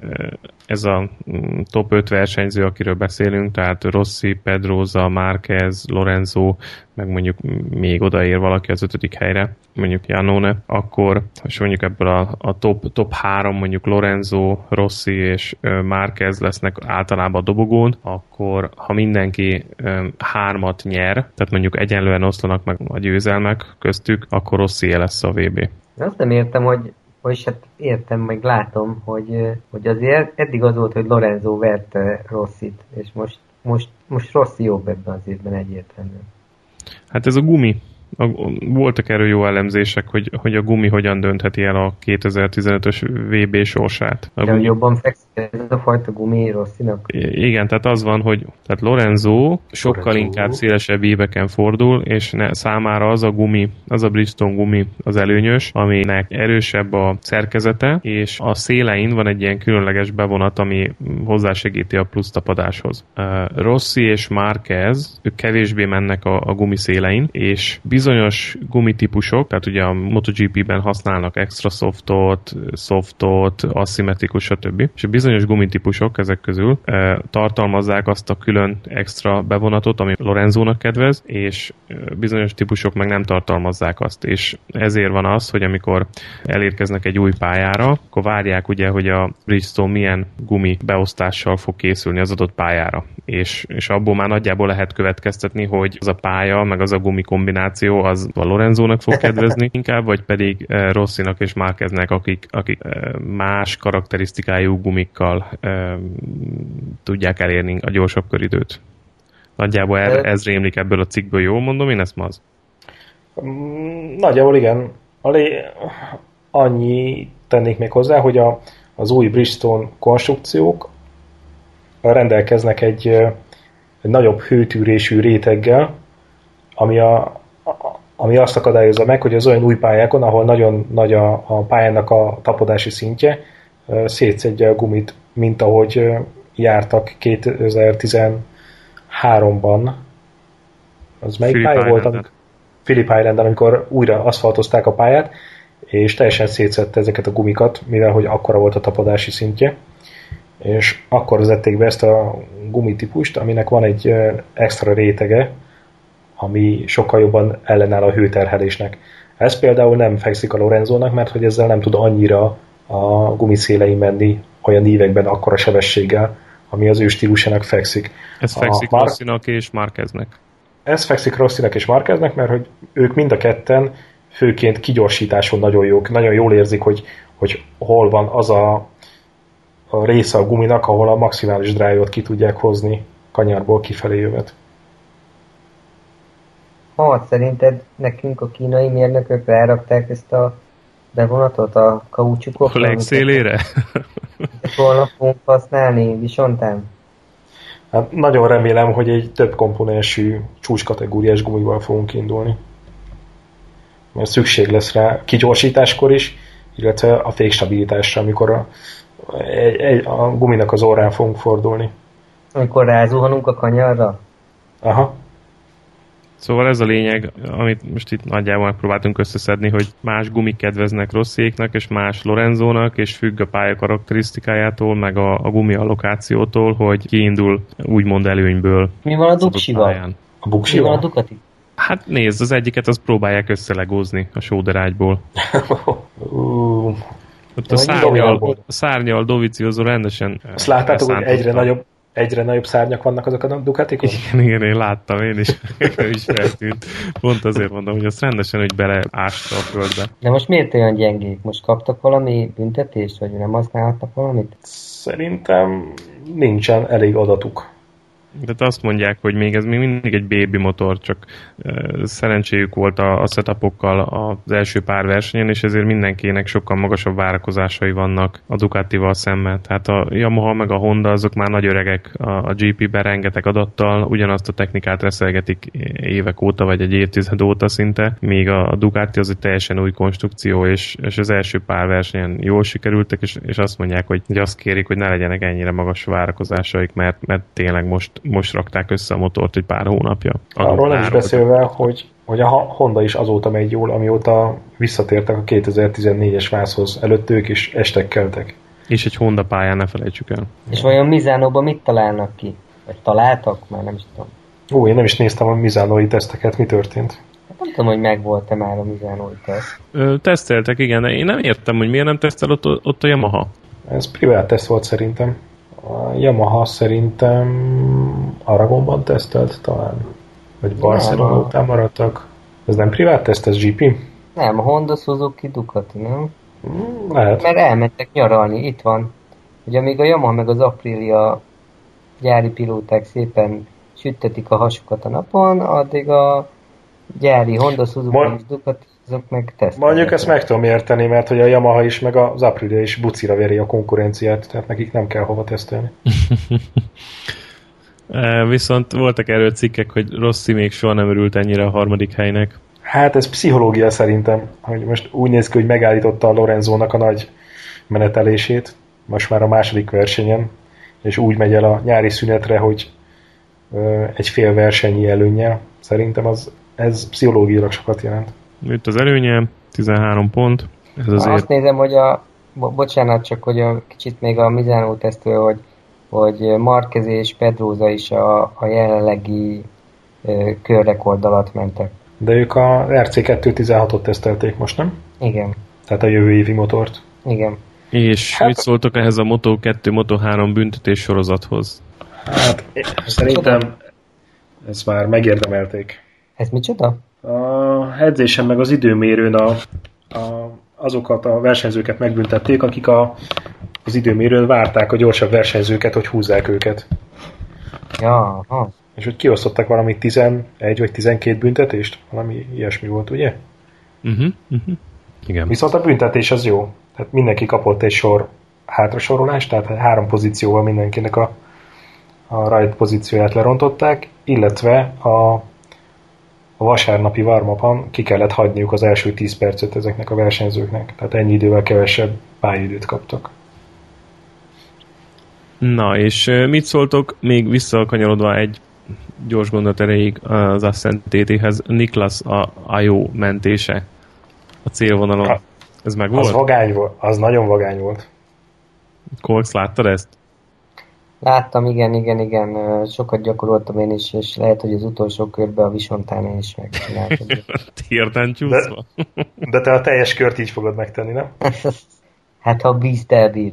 ez a top öt versenyző, akiről beszélünk, tehát Rossi, Pedrosa, Márquez, Lorenzo, meg mondjuk még odaér valaki az ötödik helyre, mondjuk Iannone, akkor, ha mondjuk ebből a, a top, top három, mondjuk Lorenzo, Rossi és Márquez lesznek általában a dobogón, akkor ha mindenki hármat nyer, tehát mondjuk egyenlően oszlanak meg a győzelmek köztük, akkor Rossi lesz a vé bé. Azt nem értem, hogy vagyis hát értem, meg látom, hogy, hogy azért eddig az volt, hogy Lorenzo verte Rossit, és most, most, most Rossi jobb ebben az évben egyértelműen. Hát ez a gumi. A, voltak erről jó elemzések, hogy, hogy a gumi hogyan döntheti el a kétezer-tizenötös vé bé sorsát. A De gumi... jobban fekszik ez a fajta gumi Rossinak? Igen, tehát az van, hogy tehát Lorenzo sokkal Lorenzo. inkább szélesebb éveken fordul, és ne, számára az a gumi, az a Bridgestone gumi az előnyös, aminek erősebb a szerkezete, és a szélein van egy ilyen különleges bevonat, ami hozzásegíti a plusz tapadáshoz. Uh, Rossi és Márquez, ők kevésbé mennek a, a gumi szélein, és bizonyos gumitípusok, tehát ugye a MotoGP-ben használnak extra softot, softot, aszimmetrikus, stb. És a bizonyos gumitípusok ezek közül e, tartalmazzák azt a külön extra bevonatot, ami Lorenzónak kedvez, és bizonyos típusok meg nem tartalmazzák azt. És ezért van az, hogy amikor elérkeznek egy új pályára, akkor várják ugye, hogy a Bridgestone milyen gumi beosztással fog készülni az adott pályára. És, és abból már nagyjából lehet következtetni, hogy az a pálya, meg az a gumi kombináció az a Lorenzónak fog kedvezni inkább, vagy pedig eh, Rossinak és Márqueznek, akik, akik eh, más karakterisztikájú gumikkal eh, tudják elérni a gyorsabb köridőt. Nagyjából ez, ez rémlik ebből a cikkből, jól mondom, én ezt ma az? Nagyjából igen. Alé, annyi tennék még hozzá, hogy a, az új Bridgestone konstrukciók rendelkeznek egy, egy nagyobb hőtűrésű réteggel, ami a, ami azt akadályozza meg, hogy az olyan új pályákon, ahol nagyon nagy a, a pályának a tapodási szintje, szétszedje a gumit, mint ahogy jártak kétezer-tizenháromban. Az melyik Phillip pálya volt? Amikor, Phillip Island, amikor újra aszfaltozták a pályát, és teljesen szétszedte ezeket a gumikat, mivel hogy akkora volt a tapodási szintje. És akkor vezették be ezt a gumitípust, aminek van egy extra rétege, ami sokkal jobban ellenáll a hőterhelésnek. Ez például nem fekszik a Lorenzónak, mert hogy ezzel nem tud annyira a gumiszélein menni olyan ívekben akkora sebességgel, ami az ő stílusának fekszik. Ez fekszik Mar- Rossinak és Marqueznek. Ez fekszik Rossinak és Marqueznek, mert hogy ők mind a ketten főként kigyorsításon nagyon jók, nagyon jól érzik, hogy, hogy hol van az a, a része a guminak, ahol a maximális drive-ot ki tudják hozni kanyarból kifelé jövet. Ha, szerinted nekünk a kínai mérnökök rárakták ezt a bevonatot a kaucsukot? A legszélére? Volna fogunk használni visontán? Hát nagyon remélem, hogy egy több komponensű csúcskategóriás gumival fogunk indulni. Mert szükség lesz rá kigyorsításkor is, illetve a fékstabilitásra, amikor a, egy, egy, a guminak az orrán fogunk fordulni. Amikor rázuhanunk a kanyarra? Aha. Szóval ez a lényeg, amit most itt nagyjából megpróbáltunk összeszedni, hogy más gumik kedveznek Rossiéknak, és más Lorenzónak, és függ a pálya karakterisztikájától, meg a, a gumi allokációtól, hogy kiindul úgymond előnyből. Mi van a Ducsival? A Buxival? Mi van a Ducati? Hát nézd, az egyiket azt próbálják összelegózni a sóderágyból. Ott a szárnyal, a szárnyal Dovizioso rendesen... Azt láttátok, hogy egyre nagyobb, egyre nagyobb szárnyak vannak azok a Ducatikon? Igen, igen, én láttam, én is, én is feltűnt. Pont azért mondom, hogy azt rendesen, hogy beleásta a földbe. De most miért olyan gyengék? Most kaptak valami büntetést, vagy nem használhatnak valamit? Szerintem nincsen elég adatuk. De azt mondják, hogy még ez még mindig egy baby motor, csak uh, szerencséjük volt a, a setupokkal az első pár versenyen, és ezért mindenkinek sokkal magasabb várakozásai vannak a Ducatival szemben. Tehát a Yamaha meg a Honda azok már nagy öregek a, a gé pé-ben rengeteg adattal, ugyanazt a technikát reszelgetik évek óta, vagy egy évtized óta szinte, míg a, a Ducati az egy teljesen új konstrukció, és, és az első pár versenyen jól sikerültek, és, és azt mondják, hogy, hogy azt kérik, hogy ne legyenek ennyire magas várakozásaik, mert, mert tényleg most most rakták össze a motort egy pár hónapja. Arról nem is beszélve, hogy, hogy a Honda is azóta megy jól, amióta visszatértek a kétezer-tizennégyes vászhoz. Előtt ők is estek keltek. És egy Honda pályán, ne felejtsük el. És vajon Misánóban mit találnak ki? Vagy találtak? Már nem is tudom. Ó, én nem is néztem a Misánói teszteket, mi történt? Hát nem tudom, hogy megvolt-e már a Misánói teszt. Ö, teszteltek, igen, de én nem értem, hogy miért nem tesztel ott, ott a Yamaha. Ez privát teszt volt szerintem. A Yamaha szerintem Aragonban tesztelt talán. Vagy Barcelona után maradtak. Ez nem privát teszt, ez gé pé? Nem, a Honda, Suzuki, Ducati, nem? Hmm, lehet. Mert elmentek nyaralni, itt van. Ugye amíg a Yamaha meg az Aprilia gyári pilóták szépen süttetik a hasukat a napon, addig a gyári Honda, Suzuki Ma- és Ducati azok meg tesztelnek. Mondjuk ezt meg tudom érteni, mert hogy a Yamaha is, meg az Aprilia is bucira veri a konkurenciát, tehát nekik nem kell hova tesztelni. Viszont voltak erről cikkek, hogy Rossi még soha nem örült ennyire a harmadik helynek. Hát ez pszichológia szerintem, hogy most úgy néz ki, hogy megállította a Lorenzónak a nagy menetelését, most már a második versenyen, és úgy megy el a nyári szünetre, hogy ö, egy fél versenyi előnnyel. Szerintem az, ez pszichológiailag sokat jelent. Itt az előnye, tizenhárom pont. Ez azért... Azt nézem, hogy a bo- bocsánat, csak hogy a kicsit még a Misano tesztől, hogy, hogy Marquez és Pedrosa is a, a jelenlegi ö, körrekord alatt mentek. De ők a er cé kétszáztizenhatot tesztelték most, nem? Igen. Tehát a jövő évi motort. Igen. És hát, mit szóltok ehhez a Moto kettő, Moto három büntetés sorozathoz? Hát szerintem ezt már megérdemelték. Ez micsoda? A edzésen meg az időmérőn a, a, azokat a versenyzőket megbüntették, akik a, az időmérőn várták a gyorsabb versenyzőket, hogy húzzák őket. Ja, ha. És hogy kiosztottak valami tizenegy vagy tizenkét büntetést? Valami ilyesmi volt, ugye? Uh-huh, uh-huh. Igen. Viszont a büntetés az jó. Tehát mindenki kapott egy sor hátrasorolást, tehát három pozícióval mindenkinek a, a rajt pozícióját lerontották, illetve a a vasárnapi warm-upon ki kellett hagyniuk az első tíz percet ezeknek a versenyzőknek. Tehát ennyi idővel kevesebb pályaidőt kaptak. Na, és mit szóltok, még visszakanyarodva egy gyors gondolat erejéig az Ascent té té-hez, Niklas a Ajo mentése a célvonalon. A, Ez meg volt? Az vagány volt, az nagyon vagány volt. Kolx, láttad ezt? Láttam, igen, igen, igen. Sokat gyakoroltam én is, és lehet, hogy az utolsó körben a visontán én is megcsináltam. Térden csúszva? De, de te a teljes kört így fogod megtenni, nem? Hát, ha bízt elbír.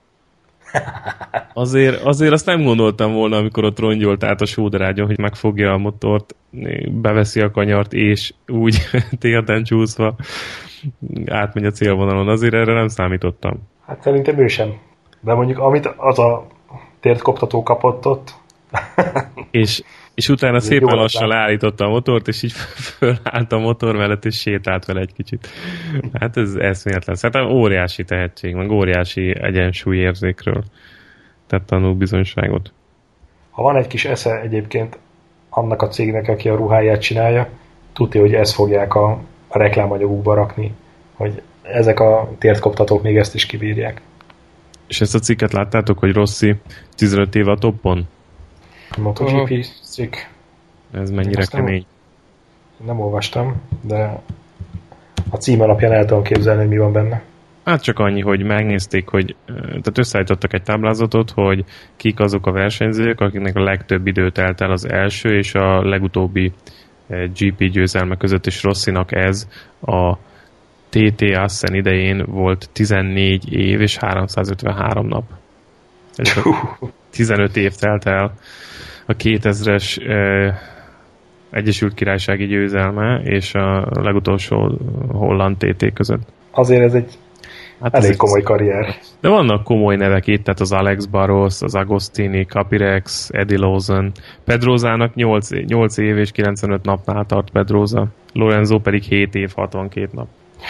Azért, azért azt nem gondoltam volna, amikor ott rongyolt át a sóderágyon, hogy megfogja a motort, beveszi a kanyart, és úgy térden csúszva átmegy a célvonalon. Azért erre nem számítottam. Hát szerintem ő sem. De mondjuk amit az a tértkoptató kapott ott... és, és utána szépen lassan leállította a motort, és így fölállt a motor mellett, és sétált vele egy kicsit. Hát ez eszméletlen. Szerintem óriási tehetség, meg óriási egyensúlyérzékről tett tanul bizonyságot. Ha van egy kis esze egyébként annak a cégnek, aki a ruháját csinálja, tudja, hogy ezt fogják a, a reklámanyagukba rakni, hogy ezek a tértkoptatók még ezt is kibírják. És ezt a cikket láttátok, hogy Rossi tizenöt éve a toppon? A MotoGP cikk. Ez mennyire Azt kemény. Nem, nem olvastam, de a cím alapján el tudom képzelni, hogy mi van benne. Hát csak annyi, hogy megnézték, hogy tehát összeállítottak egy táblázatot, hogy kik azok a versenyzők, akiknek a legtöbb idő telt el az első és a legutóbbi gé pé győzelme között, és Rossinak ez a té té Assen idején volt tizennégy év és háromszázötvenhárom nap. Ez tizenöt év telt el a kétezres eh, Egyesült Királysági győzelme és a legutolsó holland té té között. Azért ez egy hát elég ez komoly ez karrier. De vannak komoly nevek itt, tehát az Alex Barros, az Agostini, Capirex, Eddie Lawson. Pedrozának nyolc év és kilencvenöt napnál tart Pedroza. Lorenzo pedig hét év, hatvankét nap.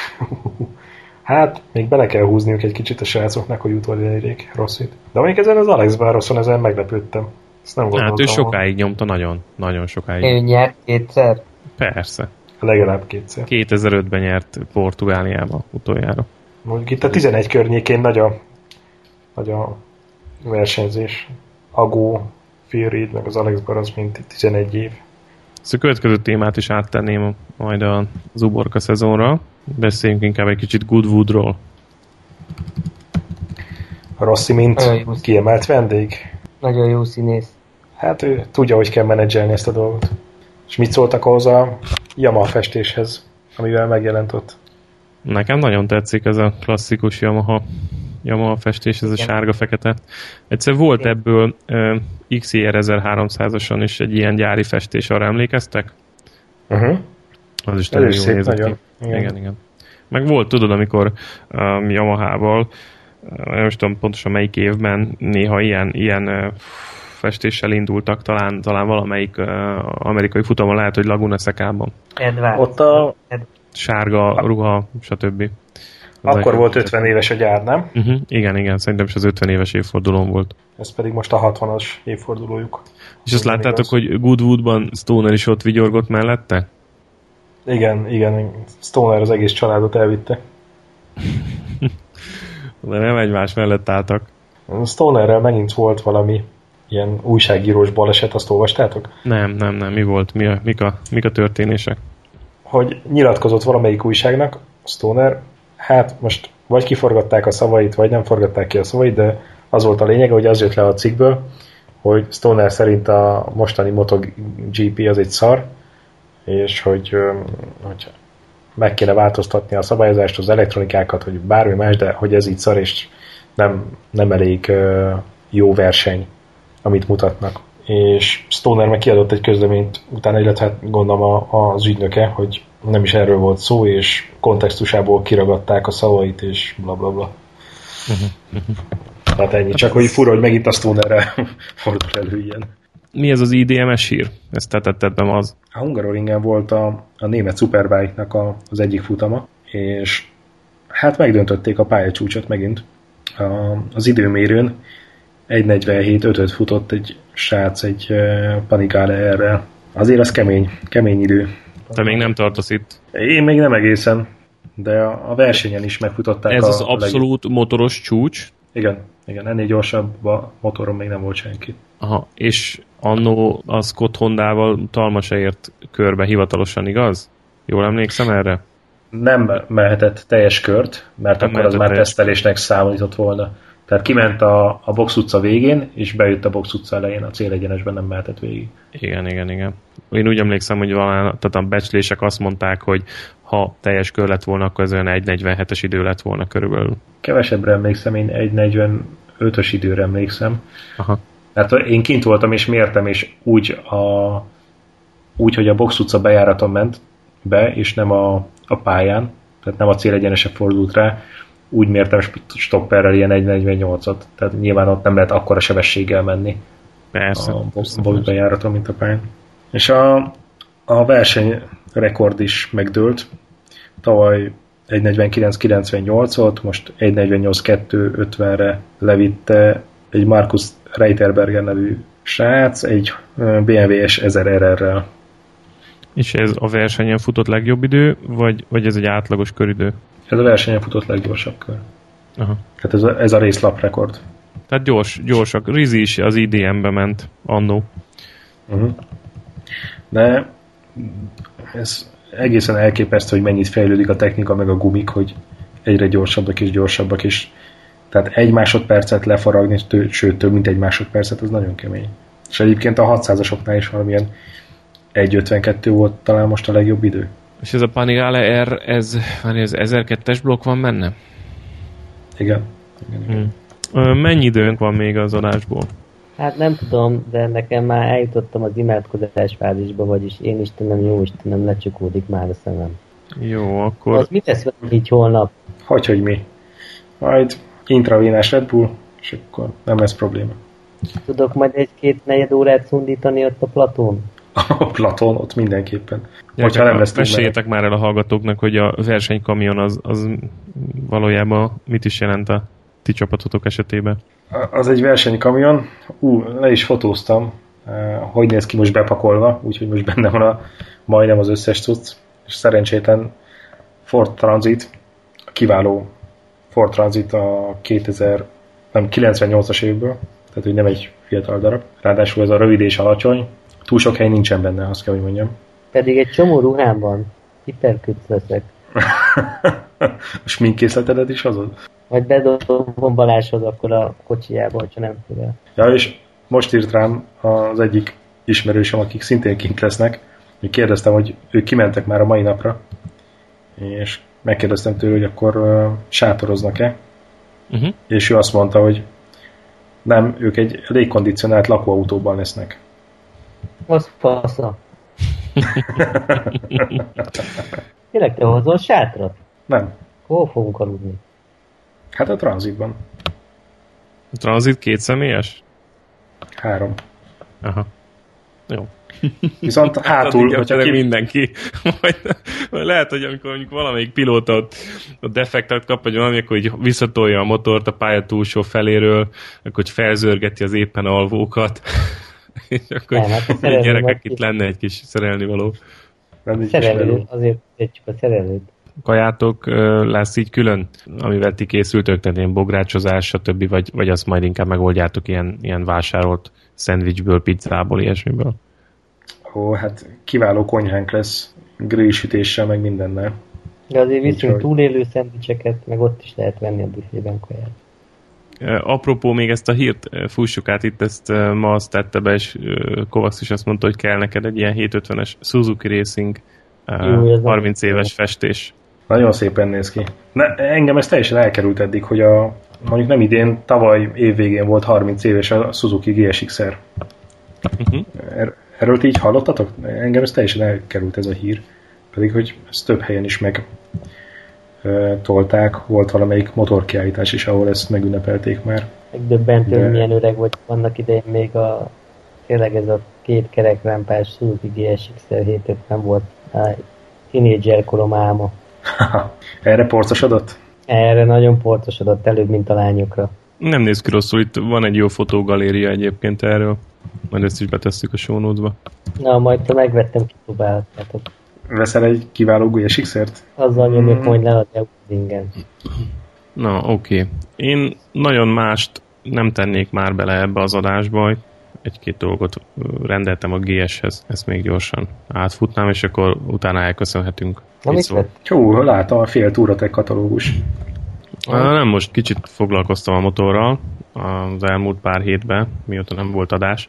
Hát, még bele kell húzniuk egy kicsit a srácoknak, hogy utolérjék Rossit. De mondjuk ezen az Alex Barroson ezen meglepődtem. Ezt nem gondoltam. Hát ő sokáig nyomta, nagyon, nagyon sokáig. Ő nyert kétszer? Persze. Legalább kétszer. kétezer-ötben nyert Portugáliába utoljára. Mondjuk itt a tizenegy környékén nagy a, nagy a versenyzés. Agó, Phil Reed, meg az Alex Barros mint tizenegy év. Szóval a következő témát is áttenném majd az uborka szezonra. Beszéljünk inkább egy kicsit Goodwoodról. Rossi, mint kiemelt vendég. Nagyon jó színész. Hát ő tudja, hogy kell menedzselni ezt a dolgot. És mit szóltak ahhoz a Yamaha festéshez, amivel megjelent ott? Nekem nagyon tetszik ez a klasszikus Yamaha, Yamaha festés, ez a sárga-fekete. Egyszer volt igen. ebből uh, iksz i er ezerháromszázason is egy ilyen gyári festés, arra emlékeztek? Uh-huh. Az is nagyon jól nézett ki. Igen. igen, igen. Meg volt, tudod, amikor um, Yamahával, uh, nem tudom pontosan melyik évben, néha ilyen, ilyen uh, festéssel indultak, talán, talán valamelyik uh, amerikai futamon, lehet, hogy Laguna Secában. Edward. Ott a... Ed... Sárga ruha, stb. Az akkor volt ötven éves a gyár, nem? Uh-huh. Igen, igen, szerintem is az ötven éves évfordulón volt. Ez pedig most a hatvanas évfordulójuk. És azt láttátok, igaz, hogy Goodwoodban Stoner is ott vigyorgott mellette? Igen, igen, Stoner az egész családot elvitte. De nem egymás mellett álltak. Stonerrel megint volt valami ilyen újságírós baleset, azt olvastátok? Nem, nem, nem, mi volt? Mi a, mik, a, mik a történések? Hogy nyilatkozott valamelyik újságnak, Stoner, hát most vagy kiforgatták a szavait, vagy nem forgatták ki a szavait, de az volt a lényeg, hogy az jött le a cikkből, hogy Stoner szerint a mostani MotoGP az egy szar, és hogy, hogy meg kéne változtatni a szabályozást, az elektronikákat, hogy bármi más, de hogy ez így szar, és nem, nem elég jó verseny, amit mutatnak. És Stoner meg kiadott egy közleményt utána, illetve hát gondolom az ügynöke, hogy nem is erről volt szó, és kontextusából kiragadták a szavait, és blablabla. Bla, bla. Hát ennyi, csak hogy fura, hogy megint a Stonerre fordul elő ilyen. Mi ez az i dé em es hír? Ezt te tetted be az. A Hungaroringen volt a, a német Superbike-nak a, az egyik futama, és hát megdöntötték a pályacsúcsot megint. A, az időmérőn egy negyvenhét ötöt futott egy srác egy uh, Panigale errel. Azért az kemény, kemény idő. Te még nem tartasz itt. Én még nem egészen, de a versenyen is megfutották. Ez a, az abszolút leg... motoros csúcs? Igen, igen, ennél gyorsabb a motoron még nem volt senki. Aha, és annó a Scott Hondával Talma se ért körbe hivatalosan, igaz? Jól emlékszem erre? Nem mehetett teljes kört, mert nem akkor az már tesztelésnek számított volna. Tehát kiment a, a Box utca végén, és bejött a Box utca elején, a célegyenesben nem mehetett végig. Igen, igen, igen. Én úgy emlékszem, hogy valami, tehát a becslések azt mondták, hogy ha teljes kör lett volna, akkor ez olyan egy negyvenhetes idő lett volna körülbelül. Kevesebbre emlékszem, én egy negyvenötös időre emlékszem. Aha. Tehát én kint voltam és mértem, és úgy, a, úgy hogy a Box utca bejáraton ment be, és nem a, a pályán, tehát nem a célegyenesre fordult rá, úgy mértem stopperrel ilyen egy negyvennyolcat. Tehát nyilván ott nem lehet akkora sebességgel menni. Persze. A Box bejáraton, mint a pályán. És a, a versenyrekord is megdőlt. Tavaly egy negyvenkilenc kilencvennyolcot, most egy negyvennyolc kettő ötvenre levitte egy Markus Reiterberger nevű srác, egy bé em vé-es ezer er er-rel. És ez a versenyen futott legjobb idő, vagy, vagy ez egy átlagos köridő? Ez a versenyen futott leggyorsabb kör. Aha. Tehát ez a, ez a részlap rekord. Tehát gyors, gyorsak. Rizi is az i dé em-be ment annó. Uh-huh. De ez egészen elképesztő, hogy mennyit fejlődik a technika meg a gumik, hogy egyre gyorsabbak és gyorsabbak, és tehát egy másodpercet lefaragni, tő, sőt több mint egy másodpercet, az nagyon kemény. És egyébként a hatszázasoknál is valamilyen egy ötvenkettő volt talán most a legjobb idő. És ez a Panigale R, ez, ez ezerkettes blokk van benne? Igen. igen, igen. Hmm. Mennyi időnk van még az adásból? Hát nem tudom, de nekem már eljutottam az imádkozás fázisba, vagyis én Istenem, jó Istenem, lecsukódik már a szemem. Jó, akkor... Az mit tesz velünk így holnap? Hogy, hogy mi? Majd intravénás Red Bull, és akkor nem lesz probléma. Tudok majd egy-két negyed órát szundítani ott a platón? A platón, ott mindenképpen. Hogyha nem lesz meséljétek már el a hallgatóknak, hogy a versenykamion az, az valójában mit is jelent a ti csapatotok esetében? Az egy versenykamion. Ú, le is fotóztam, hogy néz ki most bepakolva, úgyhogy most benne van a, majdnem az összes cucc. És szerencsétlen Ford Transit, kiváló Ford Transit a kétezer-kilencvennyolcas évből, tehát hogy nem egy fiatal darab. Ráadásul ez a rövid és alacsony, túl sok hely nincsen benne, azt kell, hogy mondjam. Pedig egy csomó ruhám van. Hiperkütsz leszek. A sminkkészletedet is azod? Majd bedobom Balázshoz akkor a kocsijába, hogyha nem tud el. Ja, és most írt rám az egyik ismerősöm, akik szintén kint lesznek, hogy kérdeztem, hogy ők kimentek már a mai napra, és megkérdeztem tőle, hogy akkor uh, sátoroznak-e, uh-huh. és ő azt mondta, hogy nem, ők egy légkondicionált lakóautóban lesznek. Az fasza. Tényleg te hozol sátrat? Nem. Hol fogunk aludni? Hát a tranzitban. A tranzit két személyes? Három. Aha. Jó. Viszont hátul, hát hogyha ki... mindenki. Majd, majd lehet, hogy amikor mondjuk valamelyik pilóta ott, ott defektet kap, vagy valami, akkor visszatolja a motort a pálya túlsó feléről, akkor hogy felzörgeti az éppen alvókat. És akkor nem, hát a gyerekek itt lenne egy kis szerelnivaló. Szerelő, azért csak a szerelőt. Kajátok lesz így külön, amivel ti készültök, tehát ilyen bográcsozás, stb., vagy, vagy azt majd inkább megoldjátok ilyen, ilyen vásárolt szendvicsből, pizzából, ilyesmiből? Ó, hát kiváló konyhánk lesz, grillsütéssel, meg mindennel. De azért viszünk túlélő szendvicseket, meg ott is lehet venni a büfében kaját. Apropó, még ezt a hírt fussuk át, itt ezt ma azt tette be, és Kovacs is azt mondta, hogy kell neked egy ilyen hétszázötvenes Suzuki Racing Jó, harminc éves festés. Nagyon szépen néz ki. Ne, engem ez teljesen elkerült eddig, hogy a, mondjuk nem idén, tavaly évvégén volt harminc éves a Suzuki gé es iksz er. Uh-huh. Er, erről ti így hallottatok? Engem ez teljesen elkerült ez a hír. Pedig, hogy ezt több helyen is meg e, tolták, volt valamelyik motorkiállítás is, ahol ezt megünnepelték már. Megdöbbentő, De... milyen öreg volt annak idején még a tényleg ez a két kerekrámpás Suzuki gé es iksz er hétszázötven volt a tínédzser korom álma. Erre porcosodott? Erre nagyon porcosodott, előbb, mint a lányokra. Nem néz ki rosszul, itt van egy jó fotógaléria egyébként erről. Majd ezt is betesszük a show notes-ba. Na, majd ha megvettem, kipróbálhatjátok. Veszel egy kiváló gé es iksz-ert? Azzal nyomjuk mm. majd le a Deusingen. Na, oké. Okay. Én nagyon mást nem tennék már bele ebbe az adásba. Egy-két dolgot rendeltem a gé eshez. Ezt még gyorsan átfutnám, és akkor utána elköszönhetünk. Jó, látom a fél Touratech katalógus. Ah, nem, most kicsit foglalkoztam a motorral az elmúlt pár hétben, mióta nem volt adás,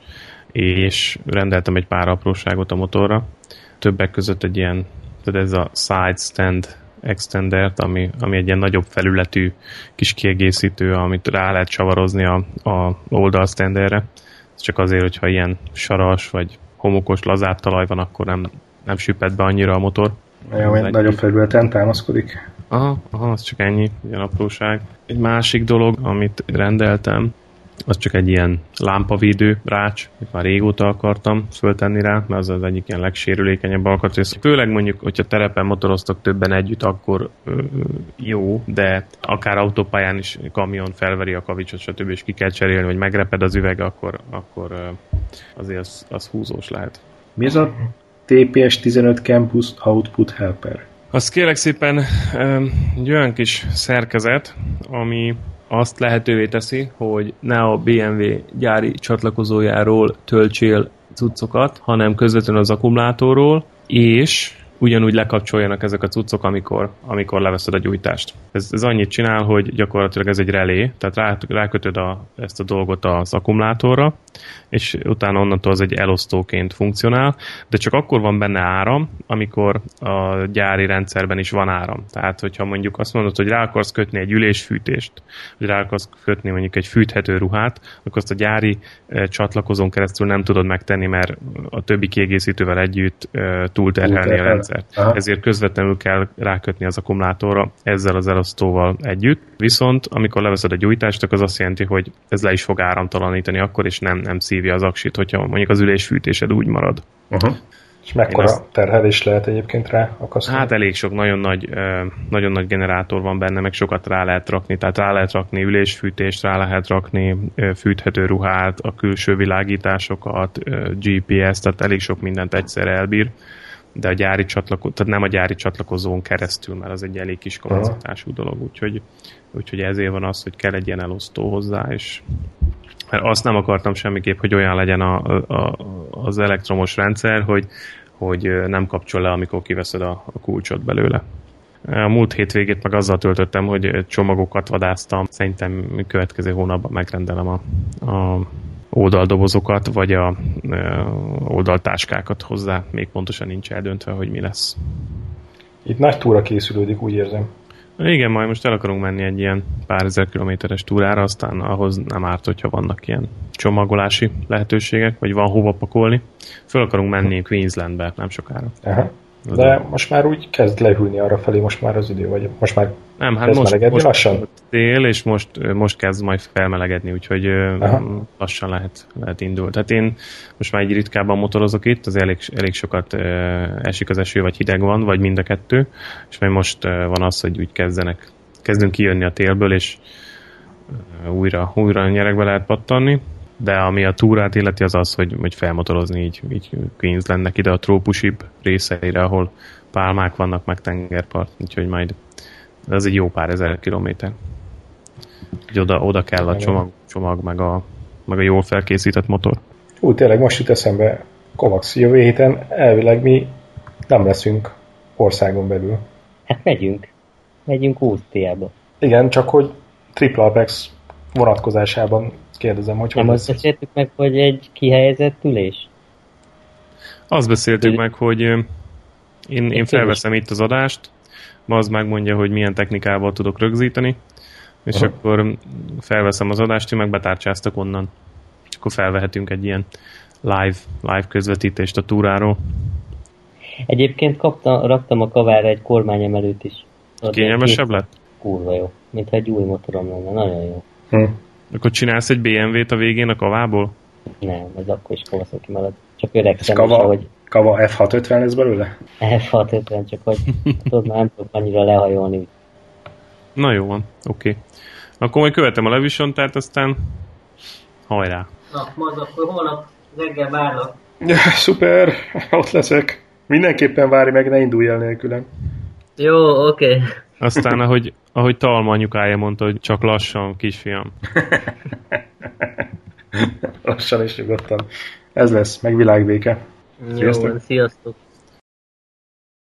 és rendeltem egy pár apróságot a motorra. Többek között egy ilyen, tehát ez a side stand extendert, ami, ami egy ilyen nagyobb felületű kis kiegészítő, amit rá lehet csavarozni a, a oldalstanderre. Ez csak azért, hogyha ilyen saras vagy homokos, lazább talaj van, akkor nem, nem süpped be annyira a motor. Jó, egy nagyobb felületen támaszkodik. Aha, aha, az csak ennyi, ilyen apróság. Egy másik dolog, amit rendeltem, az csak egy ilyen lámpavédő rács, amit már régóta akartam föltenni rá, mert az az egyik ilyen legsérülékenyebb alkatrész. Főleg mondjuk, hogyha terepen motoroztok többen együtt, akkor ö, jó, de akár autópályán is kamion felveri a kavicsot, stb. És ki kell cserélni, vagy megreped az üveg, akkor, akkor ö, azért az, az húzós lehet. Mi ez a té pé es tizenöt Campus Output Helper? Azt kérlek szépen egy olyan kis szerkezet, ami azt lehetővé teszi, hogy ne a bé em vé gyári csatlakozójáról töltsél cuccokat, hanem közvetlenül az akkumulátorról, és ugyanúgy lekapcsoljanak ezek a cuccok, amikor, amikor leveszed a gyújtást. Ez, ez annyit csinál, hogy gyakorlatilag ez egy relé, tehát rá, rákötöd a, ezt a dolgot az akkumulátorra, és utána onnantól az egy elosztóként funkcionál, de csak akkor van benne áram, amikor a gyári rendszerben is van áram. Tehát, hogyha mondjuk azt mondod, hogy rá akarsz kötni egy ülésfűtést, vagy rá akarsz kötni mondjuk egy fűthető ruhát, akkor azt a gyári e, csatlakozón keresztül nem tudod megtenni, mert a többi kiegészítővel együtt e, túlterhelni a rendszert. Aha. Ezért közvetlenül kell rákötni az akkumulátorra ezzel az elosztóval együtt. Viszont, amikor leveszed a gyújtást, akkor az azt jelenti, hogy ez le is fog áramtalanítani akkor, és nem, nem szívja az aksit, hogyha mondjuk az ülésfűtésed úgy marad. Uh-huh. És mekkora azt... terhelés lehet egyébként rá akasztani? Hát elég sok, nagyon nagy, nagyon nagy generátor van benne, meg sokat rá lehet rakni, tehát rá lehet rakni ülésfűtést, rá lehet rakni fűthető ruhát, a külső világításokat, gé pé es, tehát elég sok mindent egyszerre elbír, de a gyári csatlakozó, tehát nem a gyári csatlakozón keresztül, mert az egy elég kis kapacitású dolog, úgyhogy, úgyhogy ezért van az, hogy kell egy ilyen elosztó hozzá, és mert azt nem akartam semmiképp, hogy olyan legyen a, a, az elektromos rendszer, hogy, hogy nem kapcsol le, amikor kiveszed a, a kulcsot belőle. A múlt hétvégét meg azzal töltöttem, hogy csomagokat vadásztam. Szerintem következő hónapban megrendelem a, a oldaldobozokat, vagy a, a oldaltáskákat hozzá. Még pontosan nincs eldöntve, hogy mi lesz. Itt nagy túra készülődik, úgy érzem. Igen, majd most el akarunk menni egy ilyen pár ezer kilométeres túrára, aztán ahhoz nem árt, hogyha vannak ilyen csomagolási lehetőségek, vagy van hova pakolni. Föl akarunk menni Queenslandbe, nem sokára. Aha. De a... most már úgy kezd lehűlni arra felé, most már az idő, vagy most már nem, hát most, most lassan? Tél, és most, most kezd majd felmelegedni, úgyhogy Aha. lassan lehet, lehet indulni. Tehát én most már egy ritkábban motorozok itt, az elég, elég sokat esik az eső, vagy hideg van, vagy mind a kettő, és majd most van az, hogy úgy kezdenek, kezdünk kijönni a télből, és újra, újra a nyerekbe lehet pattanni. De ami a túrát illeti, az az, hogy, hogy felmotorozni így, így Queenslandnek ide a trópusibb részeire, ahol pálmák vannak, meg tengerpart, úgyhogy majd ez egy jó pár ezer kilométer. Úgy oda, oda kell a csomag, csomag meg, a, meg a jól felkészített motor. Ú, tényleg most jut eszembe, Kovacs, jövő héten elvileg mi nem leszünk országon belül. Hát megyünk. Megyünk Ausztriába. Igen, csak hogy Triple Apex vonatkozásában kérdezem, hogy nem azt beszéltük meg, hogy egy kihelyezett ülés? Azt beszéltük Ül... meg, hogy én, én felveszem itt az adást, ma az megmondja, hogy milyen technikával tudok rögzíteni, és Aha. akkor felveszem az adást, hogy meg betárcsáztak onnan. És akkor felvehetünk egy ilyen live, live közvetítést a túráról. Egyébként kaptam, raktam a kavára egy kormányemelőt is. Kényelmesebb lett? Kurva jó. Mintha egy új motorom lenne. Nagyon jó. Hm. Akkor csinálsz egy bé em vét a végén a kavából? Nem, ez akkor is Kawasaki marad. Csak öregszem kava, is, hogy... Kava ef hatszázötven lesz belőle? ef hatszázötven, csak hogy tudod, már nem tudok annyira lehajolni. Na jó van, oké. Okay. Akkor majd követem a levisontát, aztán hajrá. Na, majd akkor holnap reggel várlak. Ja, szuper, ott leszek. Mindenképpen várj meg, ne indulj el nélkülem. Jó, oké. Okay. Aztán, ahogy, ahogy Talma anyukája mondta, hogy csak lassan, kisfiam. Lassan és nyugodtan. Ez lesz, meg világvége. Jó, sziasztok.